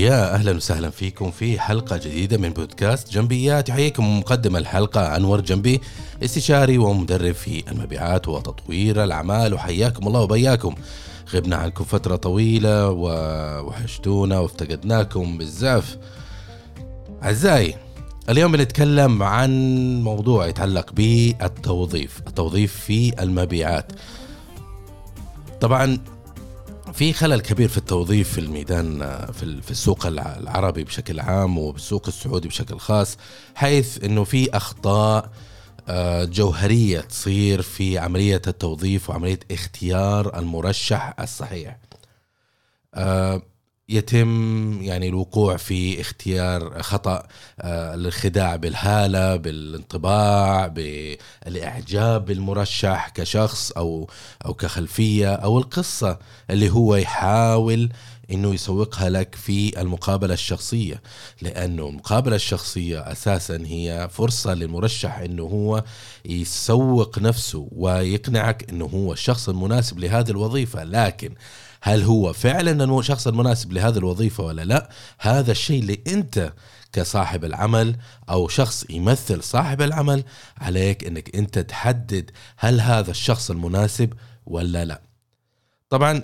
يا أهلا وسهلا فيكم في حلقة جديدة من بودكاست جنبيات. يحييكم مقدم الحلقة أنور جنبي، استشاري ومدرب في المبيعات وتطوير الأعمال، وحياكم الله وبياكم. غبنا عنكم فترة طويلة وحشتونا وافتقدناكم بالزاف. أعزائي، اليوم بنتكلم عن موضوع يتعلق بالتوظيف في المبيعات. طبعا في خلل كبير في التوظيف في الميدان، في السوق العربي بشكل عام وبالسوق السعودي بشكل خاص، حيث انه في اخطاء جوهرية تصير في عملية التوظيف وعملية اختيار المرشح الصحيح. يتم يعني الوقوع في اختيار خطأ، الخداع بالهالة، بالانطباع، بالإعجاب بالمرشح كشخص أو كخلفية أو القصة اللي هو يحاول إنه يسوقها لك في المقابلة الشخصية، لأنه المقابلة الشخصية أساسا هي فرصة للمرشح إنه هو يسوق نفسه ويقنعك إنه هو الشخص المناسب لهذه الوظيفة. لكن هل هو فعلا الشخص المناسب لهذه الوظيفة ولا لا؟ هذا الشيء اللي أنت كصاحب العمل أو شخص يمثل صاحب العمل عليك أنك أنت تحدد هل هذا الشخص المناسب ولا لا. طبعا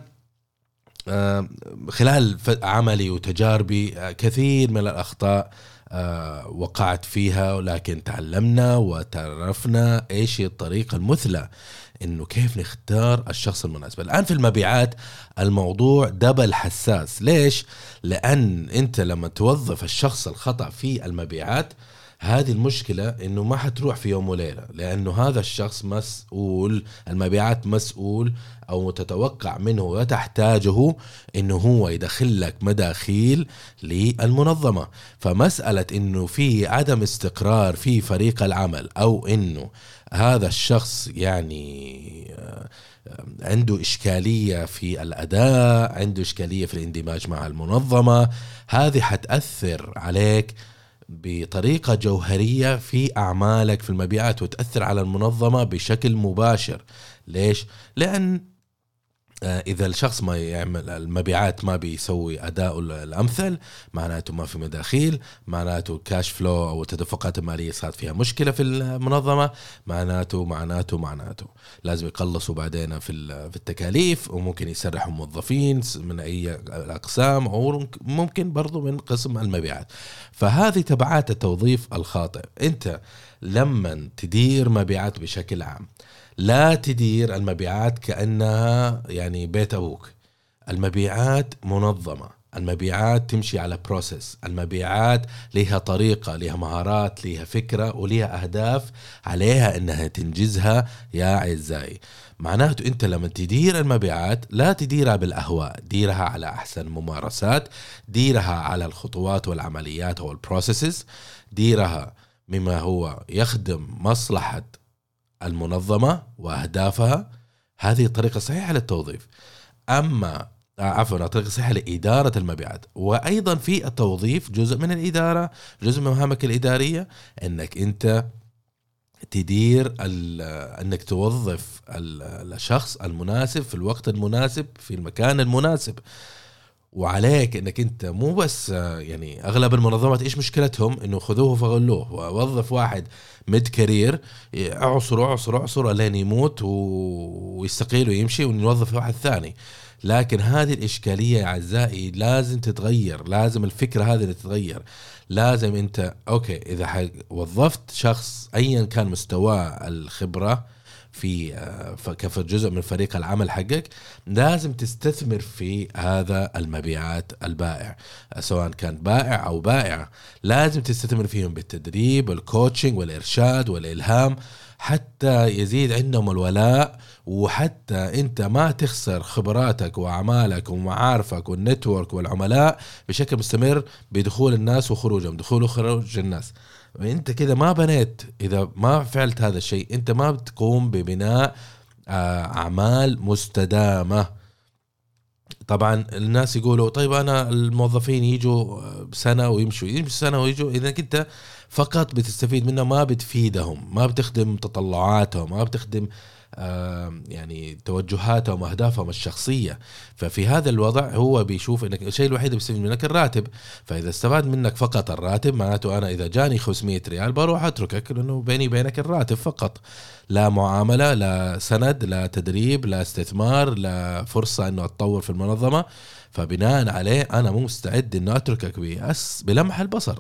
خلال عملي وتجاربي كثير من الأخطاء وقعت فيها، ولكن تعلمنا وتعرفنا إيش الطريقة المثلى إنه كيف نختار الشخص المناسب. الآن في المبيعات الموضوع دبل حساس. ليش؟ لأن أنت لما توظف الشخص الخطأ في المبيعات، هذه المشكلة إنه ما حتروح في يوم وليلة، لأنه هذا الشخص مسؤول، المبيعات مسؤول أو تتوقع منه وتحتاجه إنه هو يدخل لك مداخيل للمنظمة. فمسألة إنه في عدم استقرار في فريق العمل، أو إنه هذا الشخص يعني عنده إشكالية في الأداء، عنده إشكالية في الاندماج مع المنظمة، هذه حتأثر عليك بطريقة جوهرية في أعمالك في المبيعات، وتأثر على المنظمة بشكل مباشر. ليش؟ لأن إذا الشخص ما يعمل المبيعات، ما بيسوي أداء الأمثل، معناته ما في مداخيل، معناته كاش فلو أو التدفقات المالية صارت فيها مشكلة في المنظمة، معناته لازم يقلصوا بعدين في التكاليف، وممكن يسرحوا موظفين من أي الأقسام، أو ممكن برضو من قسم المبيعات. فهذه تبعات التوظيف الخاطئ. أنت لما تدير مبيعات بشكل عام، لا تدير المبيعات كأنها يعني بيت أبوك. المبيعات منظمة، المبيعات تمشي على بروسيس، المبيعات لها طريقة، لها مهارات، لها فكرة، ولها أهداف عليها إنها تنجزها. يا أعزائي، معناته أنت لما تدير المبيعات لا تديرها بالأهواء، ديرها على أحسن ممارسات، ديرها على الخطوات والعمليات أو البروسيسز، ديرها مما هو يخدم مصلحة المنظمة وأهدافها. هذه الطريقة الصحيحة للتوظيف. أما الطريقة الصحيحة لإدارة المبيعات. وأيضا في التوظيف جزء من الإدارة، جزء من مهامك الإدارية، أنك أنت تدير أنك توظف الشخص المناسب في الوقت المناسب في المكان المناسب. وعليك انك انت مو بس يعني اغلب المنظمات ايش مشكلتهم؟ انه خذوه فغلوه، ووظف واحد ميد كارير اعصر لين يموت ويستقيل ويمشي ونوظف واحد ثاني. لكن هذه الاشكاليه يا اعزائي لازم تتغير، لازم الفكره هذه تتغير. لازم انت اوكي، اذا وظفت شخص ايا كان مستواه الخبره في جزء من فريق العمل حقك، لازم تستثمر في هذا المبيعات البائع، سواء كان بائع أو بائعة. لازم تستثمر فيهم بالتدريب والكوتشنج والإرشاد والإلهام، حتى يزيد عندهم الولاء، وحتى أنت ما تخسر خبراتك وأعمالك ومعارفك والنتورك والعملاء بشكل مستمر بدخول الناس وخروجهم، دخول وخروج الناس. انت كده ما بنيت. اذا ما فعلت هذا الشيء، انت ما بتقوم ببناء اعمال مستدامة. طبعا الناس يقولوا طيب انا الموظفين يجوا سنة ويمشوا سنة ويجوا. اذا انت فقط بتستفيد منه، ما بتفيدهم، ما بتخدم تطلعاتهم، ما بتخدم يعني توجهاتهم وأهدافهم الشخصية. ففي هذا الوضع هو بيشوف إنك الشيء الوحيد اللي بيستفيد منك الراتب. فإذا استفاد منك فقط الراتب معناته أنا إذا جاني 500 ريال بروح أتركك، لأنه بيني بينك الراتب فقط، لا معاملة، لا سند، لا تدريب، لا استثمار، لا فرصة إنه أتطور في المنظمة. فبناء عليه أنا مو مستعد إنه أتركك بلمح البصر.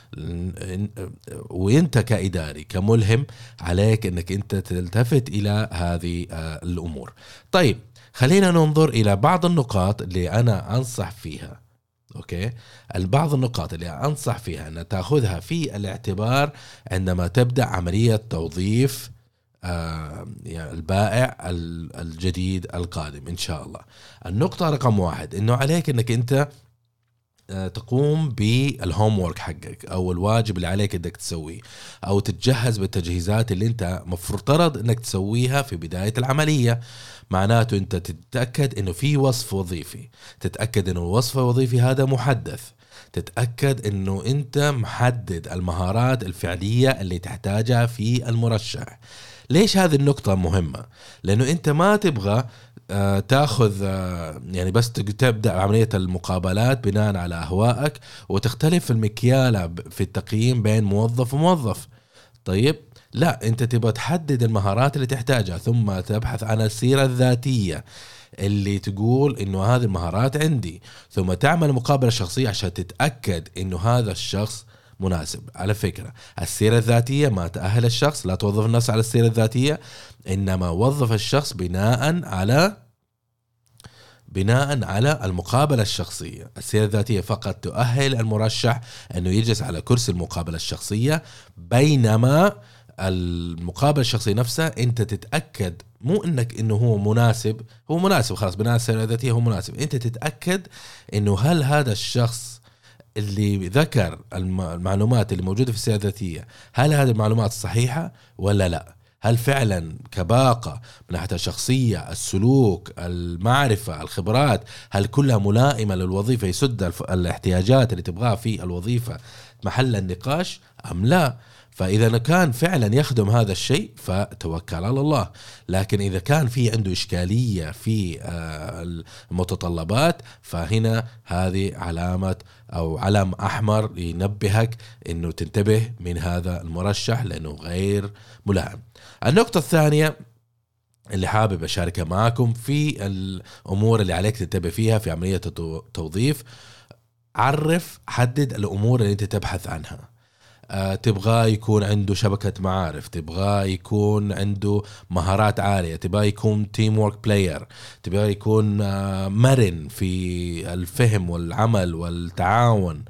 وانت كإداري كملهم عليك انك انت تلتفت الى هذه الامور. طيب خلينا ننظر الى بعض النقاط اللي انا انصح فيها. اوكي، بعض النقاط اللي انصح فيها ان تاخذها في الاعتبار عندما تبدأ عملية توظيف يعني البائع الجديد القادم ان شاء الله. النقطة رقم 1 انه عليك انك انت تقوم بالهوم وورك حقك او الواجب اللي عليك انك تسويه، او تتجهز بالتجهيزات اللي انت مفترض انك تسويها في بداية العملية. معناته انت تتأكد انه في وصف وظيفي، تتأكد انه الوصف الوظيفي هذا محدث، تتأكد انه انت محدد المهارات الفعلية اللي تحتاجها في المرشح. ليش هذه النقطة مهمة؟ لأنه أنت ما تبغى تاخذ يعني بس تبدأ عملية المقابلات بناء على أهوائك وتختلف المكيالة في التقييم بين موظف وموظف. طيب لا، أنت تبغى تحدد المهارات اللي تحتاجها، ثم تبحث عن السيرة الذاتية اللي تقول إنه هذه المهارات عندي، ثم تعمل مقابلة شخصية عشان تتأكد إنه هذا الشخص مناسب. على فكرة السيرة الذاتية ما تأهل الشخص، لا توظف الناس على السيرة الذاتية، إنما وظف الشخص بناء على المقابلة الشخصية. السيرة الذاتية فقط تؤهل المرشح أنه يجلس على كرسي المقابلة الشخصية، بينما المقابلة الشخصية نفسها أنت تتأكد مو أنك أنه هو مناسب خلاص بناء السيرة الذاتية هو مناسب، أنت تتأكد أنه هل هذا الشخص اللي ذكر المعلومات اللي موجودة في السيرة الذاتية هل هذه المعلومات صحيحة ولا لا؟ هل فعلا كباقة من ناحية الشخصية، السلوك، المعرفة، الخبرات، هل كلها ملائمة للوظيفة يسد الاحتياجات اللي تبغاها في الوظيفة محل النقاش أم لا؟ فإذا كان فعلا يخدم هذا الشيء فتوكل على الله. لكن إذا كان في عنده إشكالية في المتطلبات فهنا هذه علامة أو علم أحمر ينبهك إنه تنتبه من هذا المرشح لأنه غير ملائم. النقطة الثانية اللي حابب أشاركها معكم في الأمور اللي عليك تنتبه فيها في عملية التوظيف، حدد الأمور اللي أنت تبحث عنها. تبغى يكون عنده شبكة معارف، تبغى يكون عنده مهارات عالية، تبغى يكون تيم وورك بلاير، تبغى يكون مرن في الفهم والعمل والتعاون.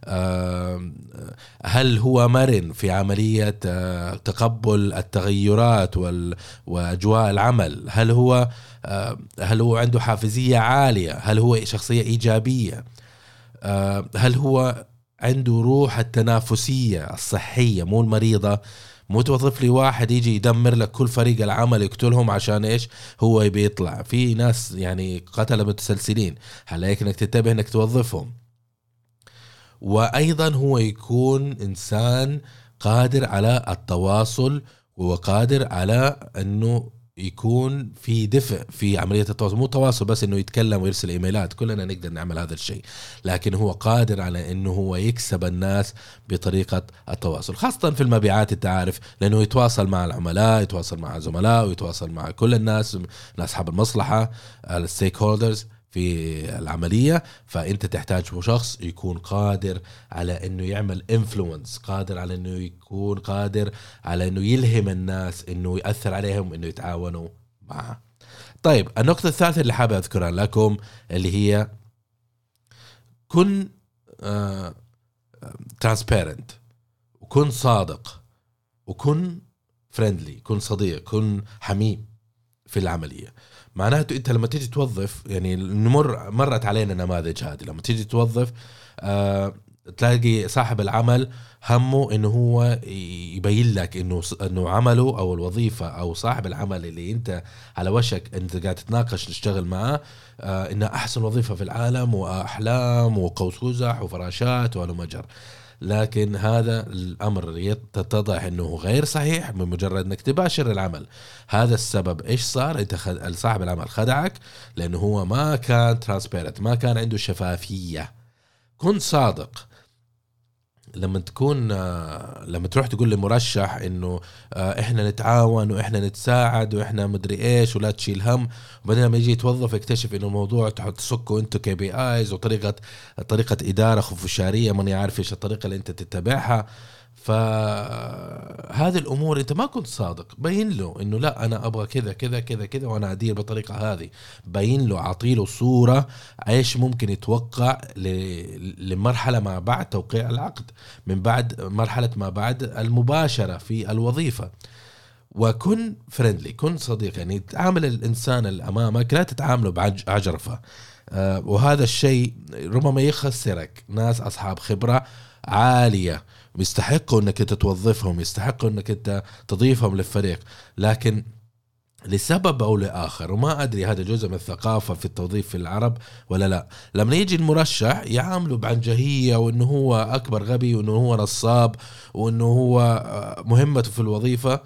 هل هو مرن في عملية تقبل التغيرات وأجواء العمل؟ هل هو عنده حافزية عالية؟ هل هو شخصية إيجابية؟ هل هو عنده روح التنافسية الصحية مو المريضة؟ مو توظف لي واحد يجي يدمر لك كل فريق العمل يقتلهم عشان إيش هو يبي يطلع. في ناس يعني قتلة متسلسلين، عليك إنك تنتبه إنك توظفهم. وأيضا هو يكون إنسان قادر على التواصل وقادر على أنه يكون في دفء في عملية التواصل، مو تواصل بس انه يتكلم ويرسل ايميلات، كلنا نقدر نعمل هذا الشيء، لكن هو قادر على انه هو يكسب الناس بطريقة التواصل، خاصة في المبيعات انت عارف، لانه يتواصل مع العملاء، يتواصل مع الزملاء، ويتواصل مع كل الناس اصحاب المصلحة، الستيك هولدرز في العملية. فأنت تحتاج شخص يكون قادر على أنه يعمل influence، قادر على أنه يكون قادر على أنه يلهم الناس، أنه يأثر عليهم، أنه يتعاونوا معه. طيب النقطة الثالثة اللي حابب أذكرها لكم اللي هي كن transparent، وكن صادق، وكن friendly، كن صديق، كن حميم في العملية. معناته انت لما تيجي توظف، يعني مرت علينا نماذج هذه، لما تيجي توظف تلاقي صاحب العمل همه انه هو يبين لك انه عمله او الوظيفة او صاحب العمل اللي انت على وشك انت قاعد تتناقش تشتغل معاه انها احسن وظيفة في العالم واحلام وقوس قزح وفراشات ولا مجر. لكن هذا الامر يتضح انه غير صحيح من مجرد انك تباشر العمل. هذا السبب ايش صار؟ انت صاحب العمل خدعك لانه هو ما كان ترانسبيرنت، ما كان عنده شفافية. كن صادق لما تكون لما تروح تقول لمرشح انه احنا نتعاون واحنا نتساعد واحنا مدري ايش ولا تشيل هم، وبعدين لما يجي يتوظف يكتشف انه الموضوع تسكوا انتو كي بي ايز وطريقة ادارة خفوشارية ماني عارف ايش الطريقة اللي انت تتبعها. فهذه الامور انت ما كنت صادق. بين له انه لا انا ابغى كذا كذا كذا كذا وانا ادير بالطريقه هذه. بين له، اعطيله صوره ايش ممكن يتوقع لمرحله ما بعد توقيع العقد، من بعد مرحله ما بعد المباشره في الوظيفه. وكن فريندلي، كن صديق، يعني تعامل الانسان اللي امامك لا تتعامله بعجرفه. وهذا الشيء ربما يخسرك ناس اصحاب خبره عاليه يستحقوا انك انت توظفهم، يستحقوا انك انت تضيفهم للفريق، لكن لسبب او لاخر، وما ادري هذا جزء من الثقافه في التوظيف في العرب ولا لا، لما يجي المرشح يعامله بعنجهيه وانه هو اكبر غبي وانه هو نصاب وانه هو مهمته في الوظيفه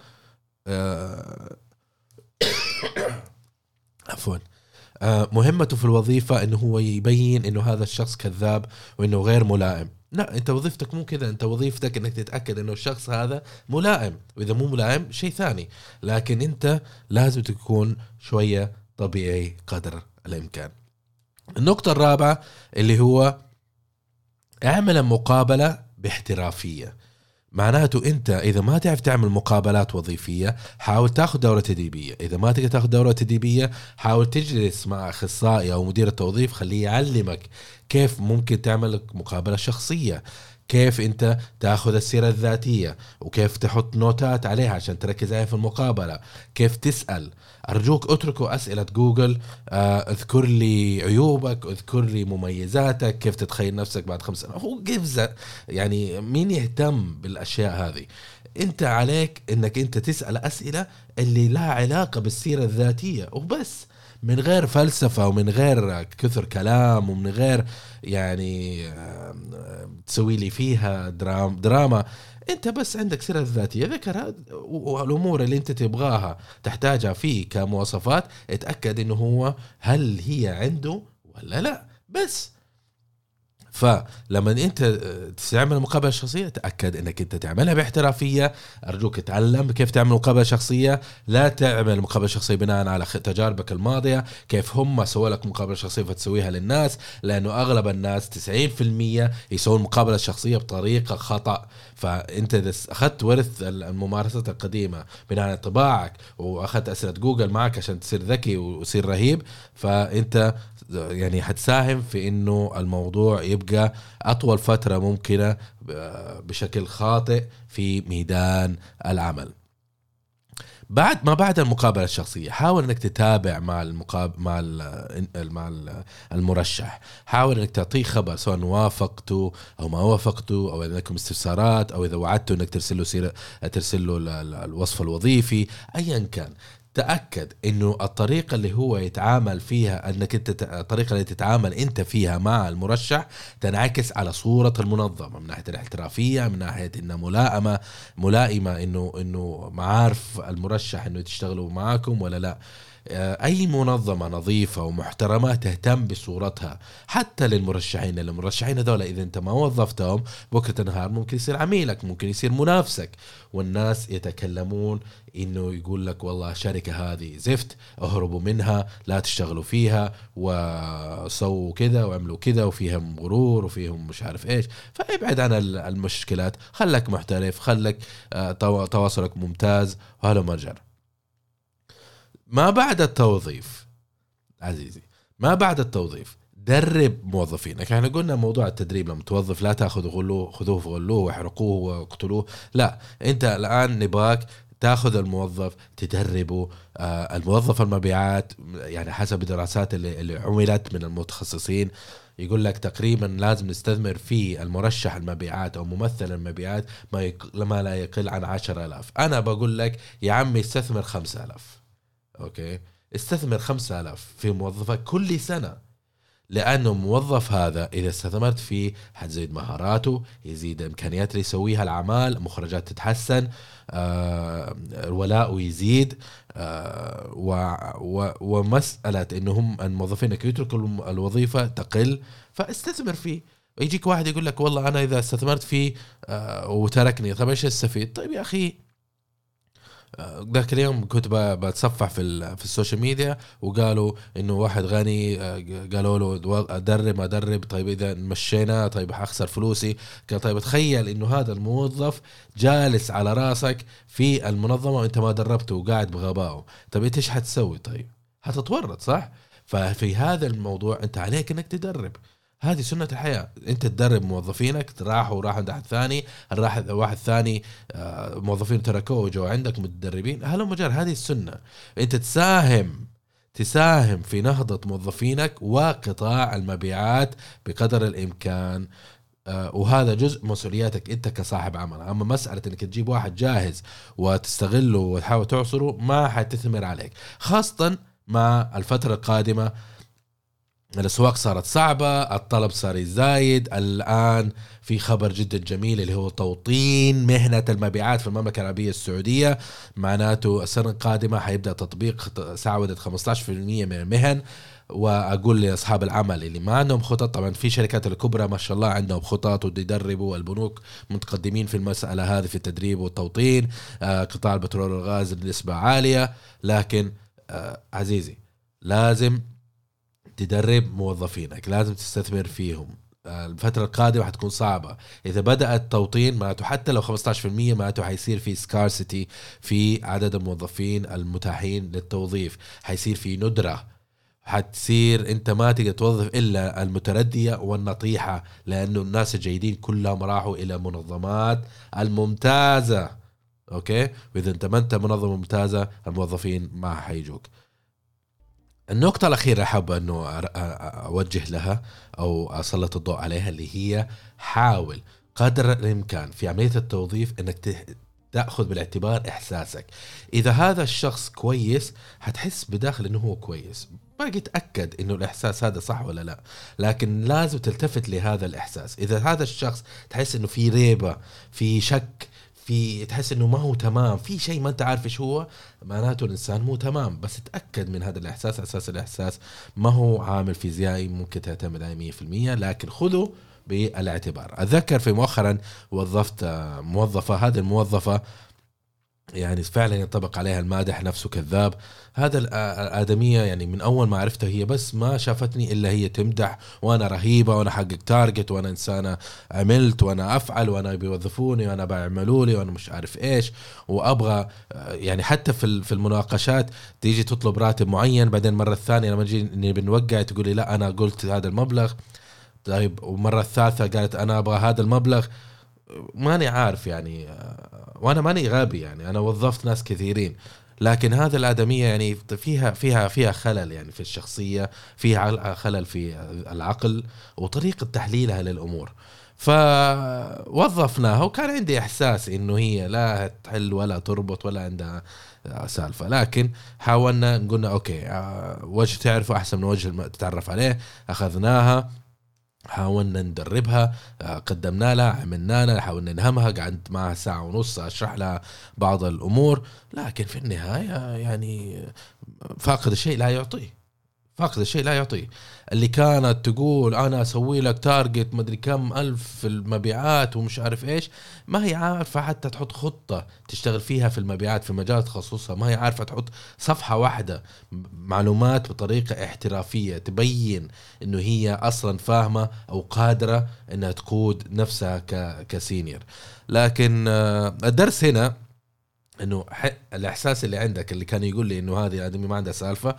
عفوا مهمته في الوظيفة انه هو يبين انه هذا الشخص كذاب وانه غير ملائم. لا، انت وظيفتك مو كذا، انت وظيفتك انك تتأكد انه الشخص هذا ملائم، واذا مو ملائم شيء ثاني، لكن انت لازم تكون شوية طبيعي قدر الامكان. النقطة الرابعة اللي هو اعمل مقابلة باحترافية. معناته انت اذا ما تعرف تعمل مقابلات وظيفية حاول تاخذ دورة تدريبية. اذا ما تقدر تاخذ دورة تدريبية حاول تجلس مع اخصائي او مدير التوظيف خليه يعلمك كيف ممكن تعمل مقابلة شخصية، كيف انت تاخذ السيرة الذاتية وكيف تحط نوتات عليها عشان تركز عليها في المقابلة، كيف تسأل. أرجوك اتركوا أسئلة جوجل، اذكر لي عيوبك، اذكر لي مميزاتك، كيف تتخيل نفسك بعد 5 سنين. هو جيفز يعني مين يهتم بالأشياء هذه؟ انت عليك انك انت تسأل أسئلة اللي لها علاقة بالسيرة الذاتية وبس، من غير فلسفة ومن غير كثر كلام ومن غير يعني تسوي لي فيها دراما. انت بس عندك سيرة ذاتية، ذكرها والامور اللي انت تبغاها تحتاجها فيه كمواصفات، اتأكد انه هو هل هي عنده ولا لا بس. فلما انت تعمل مقابلة شخصية تأكد انك انت تعملها باحترافية. ارجوك تعلم كيف تعمل مقابلة شخصية، لا تعمل مقابلة شخصية بناء على تجاربك الماضية، كيف هم سووا لك مقابلة شخصية فتسويها للناس، لانه اغلب الناس 90% يسوون مقابلة شخصية بطريقة خطأ. فانت اذا اخذت ورث الممارسات القديمة بناء على طباعك واخذت اسئلة جوجل معك عشان تصير ذكي وتصير رهيب، فانت يعني حتساهم في انه الموضوع يبقى اطول فترة ممكنة بشكل خاطئ في ميدان العمل. بعد المقابلة الشخصية حاول انك تتابع مع المرشح، حاول انك تعطيه خبر سواء وافقته او ما وافقته، او اذا لكم استفسارات، او اذا وعدته انك ترسل له الوصف الوظيفي، ايا كان. تأكد انه الطريقة اللي هو يتعامل فيها، انك انت الطريقة اللي تتعامل انت فيها مع المرشح تنعكس على صورة المنظمة من ناحية الاحترافية، من ناحية انه ملائمة، انه معارف المرشح انه تشتغلوا معاكم ولا لا. اي منظمة نظيفة ومحترمة تهتم بصورتها حتى للمرشحين. المرشحين هذول اذا انت ما وظفتهم بكرة النهار ممكن يصير عميلك، ممكن يصير منافسك، والناس يتكلمون انه يقول لك والله شركة هذه زفت، اهربوا منها، لا تشتغلوا فيها، وسووا كذا وعملوا كذا وفيهم غرور وفيهم مش عارف ايش. فابعد عن المشكلات، خلك محترف، خلك تواصلك ممتاز، وهلا مرجع. ما بعد التوظيف عزيزي، ما بعد التوظيف درب موظفينك. احنا قلنا موضوع التدريب، لما توظف لا تاخذ خذوه فغلوه واحرقوه واقتلوه، لا، انت الان نبغاك تاخذ الموظف تدربه. الموظف المبيعات يعني حسب الدراسات اللي عملت من المتخصصين يقول لك تقريبا لازم نستثمر في المرشح المبيعات أو ممثل المبيعات ما لا يقل عن 10,000. أنا بقول لك يا عمي استثمر 5,000. أوكي، استثمر 5,000 في موظفك كل سنة، لأنه الموظف هذا إذا استثمرت فيه حتزيد مهاراته، يزيد إمكانيات اللي يسويها الأعمال، مخرجات تتحسن، الولاء يزيد، ومسألة إنهم الموظفين يتركوا الوظيفة تقل، فاستثمر فيه. يجيك واحد يقول لك والله أنا إذا استثمرت فيه وتركني، طيب إيش استفيد؟ طيب يا أخي، ذاك اليوم كنت بتصفح في السوشيال ميديا، وقالوا انه واحد غني، قالوا له ادرب، طيب اذا مشينا طيب حخسر فلوسي. قال طيب تخيل انه هذا الموظف جالس على راسك في المنظمة وانت ما دربته وقاعد بغبائه، طيب انت ايش حتسوي؟ طيب حتتورط، صح؟ ففي هذا الموضوع انت عليك انك تدرب. هذه سنة الحياة، انت تدرب موظفينك، راحوا عند واحد ثاني، راح واحد ثاني، موظفين تركوه وجو عندك متدربين، هلا مجرد هذه السنة. انت تساهم في نهضة موظفينك وقطاع المبيعات بقدر الامكان، وهذا جزء مسؤولياتك انت كصاحب عمل. اما مسألة انك تجيب واحد جاهز وتستغله وتحاول تعصره، ما حتثمر عليك، خاصة مع الفترة القادمة. الأسواق صارت صعبة، الطلب صار زايد. الآن في خبر جدا جميل اللي هو توطين مهنة المبيعات في المملكة العربية السعودية. معناته السنة القادمة حيبدأ تطبيق سعودة 15% من المهن. وأقول لأصحاب العمل اللي ما عندهم خطط، طبعا في شركات الكبرى ما شاء الله عندهم خطط ويدربوا، البنوك متقدمين في المسألة هذه في التدريب والتوطين، قطاع البترول والغاز النسبة عالية. لكن عزيزي، لازم تدرب موظفينك، لازم تستثمر فيهم. الفترة القادمة حتكون صعبة. إذا بدأ التوطين معناته حتى لو 15%، معناته حيصير في سكارسيتي في عدد الموظفين المتاحين للتوظيف، حيصير في ندرة، حتصير أنت ما تقدر توظف إلا المتردية والنطيحة، لأنه الناس الجيدين كلهم راحوا إلى منظمات الممتازة. أوكي، وإذا أنت ما أنت منظمة ممتازة، الموظفين ما حيجوك. النقطة الأخيرة حابة أنه أوجه لها أو أسلط الضوء عليها، اللي هي حاول قدر الإمكان في عملية التوظيف أنك تأخذ بالاعتبار إحساسك. إذا هذا الشخص كويس حتحس بداخل أنه هو كويس، باقي تأكد أنه الإحساس هذا صح ولا لا، لكن لازم تلتفت لهذا الإحساس. إذا هذا الشخص تحس أنه في ريبة، في شك، في تحس انه ما هو تمام، في شيء ما انت عارف ايش هو، معناته الانسان مو تمام. بس تأكد من هذا الاحساس، اساس الاحساس ما هو عامل فيزيائي ممكن تعتمد عليه 100%، لكن خذه بالاعتبار. اتذكر في مؤخرا وظفت موظفة، هذه الموظفة يعني فعلا ينطبق عليها المادح نفسه كذاب. هذا الآدمية يعني من أول ما عرفتها هي بس ما شافتني إلا هي تمدح، وأنا رهيبة، وأنا حقق تارجت، وأنا إنسانة عملت، وأنا أفعل، وأنا بيوظفوني، وأنا بعملوا لي، وأنا مش عارف إيش، وأبغى يعني حتى في المناقشات تيجي تطلب راتب معين، بعدين مرة الثانية لما نجي بنوقع تقولي لا أنا قلت هذا المبلغ. طيب، ومرة الثالثة قالت أنا أبغى هذا المبلغ. ماني عارف يعني، وانا ماني غبي يعني، انا وظفت ناس كثيرين، لكن هذا الآدمية يعني فيها خلل يعني في الشخصية، فيها خلل في العقل وطريقة تحليلها للأمور. فوظفناها وكان عندي إحساس إنه هي لا تحل ولا تربط ولا عندها سالفة، لكن حاولنا قلنا أوكي، وجه تعرفه أحسن من وجه تتعرف عليه. أخذناها، حاولنا ندربها، قدمنا لها، عملنا لها، حاولنا نهمها، قعدت معها ساعة ونص أشرح لها بعض الأمور، لكن في النهاية يعني فاقد الشيء لا يعطيه، فاقد الشيء لا يعطيه. اللي كانت تقول أنا أسوي لك تارجت مدري كم ألف في المبيعات ومش عارف إيش، ما هي عارفة حتى تحط خطة تشتغل فيها في المبيعات في مجال تخصصها، ما هي عارفة تحط صفحة واحدة معلومات بطريقة احترافية تبين إنه هي أصلا فاهمة أو قادرة إنها تقود نفسها كسينيور. لكن الدرس هنا إنه الإحساس اللي عندك اللي كان يقول لي إنه هذه آدمي ما عندها سالفة،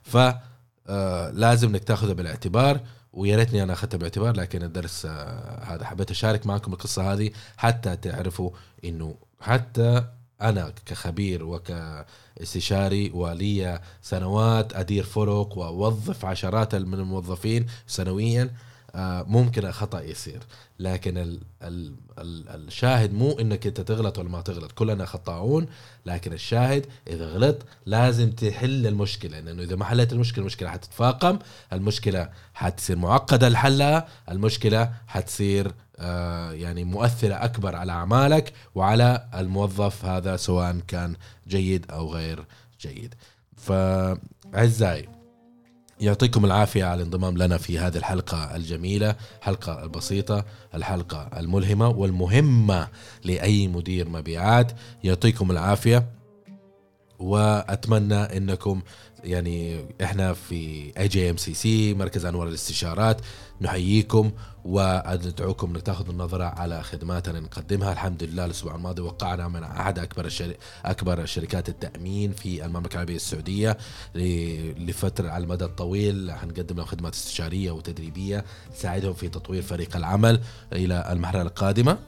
لازم انك تاخذه بالاعتبار، ويا ريتني انا اخذته بالاعتبار. لكن الدرس هذا حبيت اشارك معكم القصه هذه حتى تعرفوا انه حتى انا كخبير وكاستشاري ولي سنوات ادير فرق واوظف عشرات من الموظفين سنويا، ممكن خطأ يصير، لكن الشاهد مو انك انت تغلط ولا ما تغلط، كلنا خطاؤون، لكن الشاهد اذا غلط لازم تحل المشكلة، لانه اذا ما حلت المشكلة حتتفاقم، المشكلة حتصير معقدة لحلها، المشكلة حتصير يعني مؤثرة اكبر على اعمالك وعلى الموظف هذا سواء كان جيد او غير جيد. فأعزائي يعطيكم العافية على الانضمام لنا في هذه الحلقة الجميلة، حلقة البسيطة، الحلقة الملهمة والمهمة لأي مدير مبيعات. يعطيكم العافية، وأتمنى أنكم يعني إحنا في AJMCC مركز أنوار الاستشارات نحييكم وندعوكم لتأخذوا النظرة على خدماتنا نقدمها. الحمد لله الأسبوع الماضي وقعنا من أحد أكبر شركات التأمين في المملكة العربية السعودية لفترة على المدى الطويل. هنقدم لهم خدمات استشارية وتدريبية تساعدهم في تطوير فريق العمل إلى المرحلة القادمة.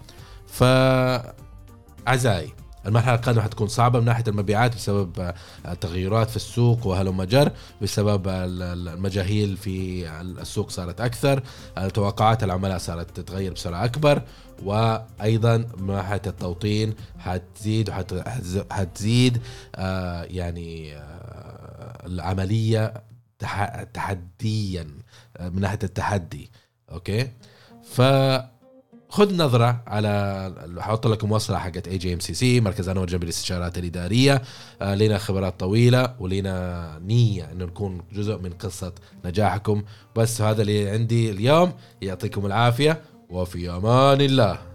فأعزائي المرحلة القادمة حتكون صعبة من ناحية المبيعات بسبب تغيرات في السوق وهلم جر، بسبب المجاهيل في السوق صارت أكثر، توقعات العملاء صارت تتغير بسرعة أكبر، وأيضا من ناحية التوطين حتزيد يعني العملية تحديا من ناحية التحدي. أوكي، خذ نظرة على حاط لكم وصلة حقت AJMCC مركز أنوار جنب الاستشارات الإدارية. لنا خبرات طويلة ولنا نية أن نكون جزء من قصة نجاحكم. بس هذا اللي عندي اليوم، يعطيكم العافية وفي أمان الله.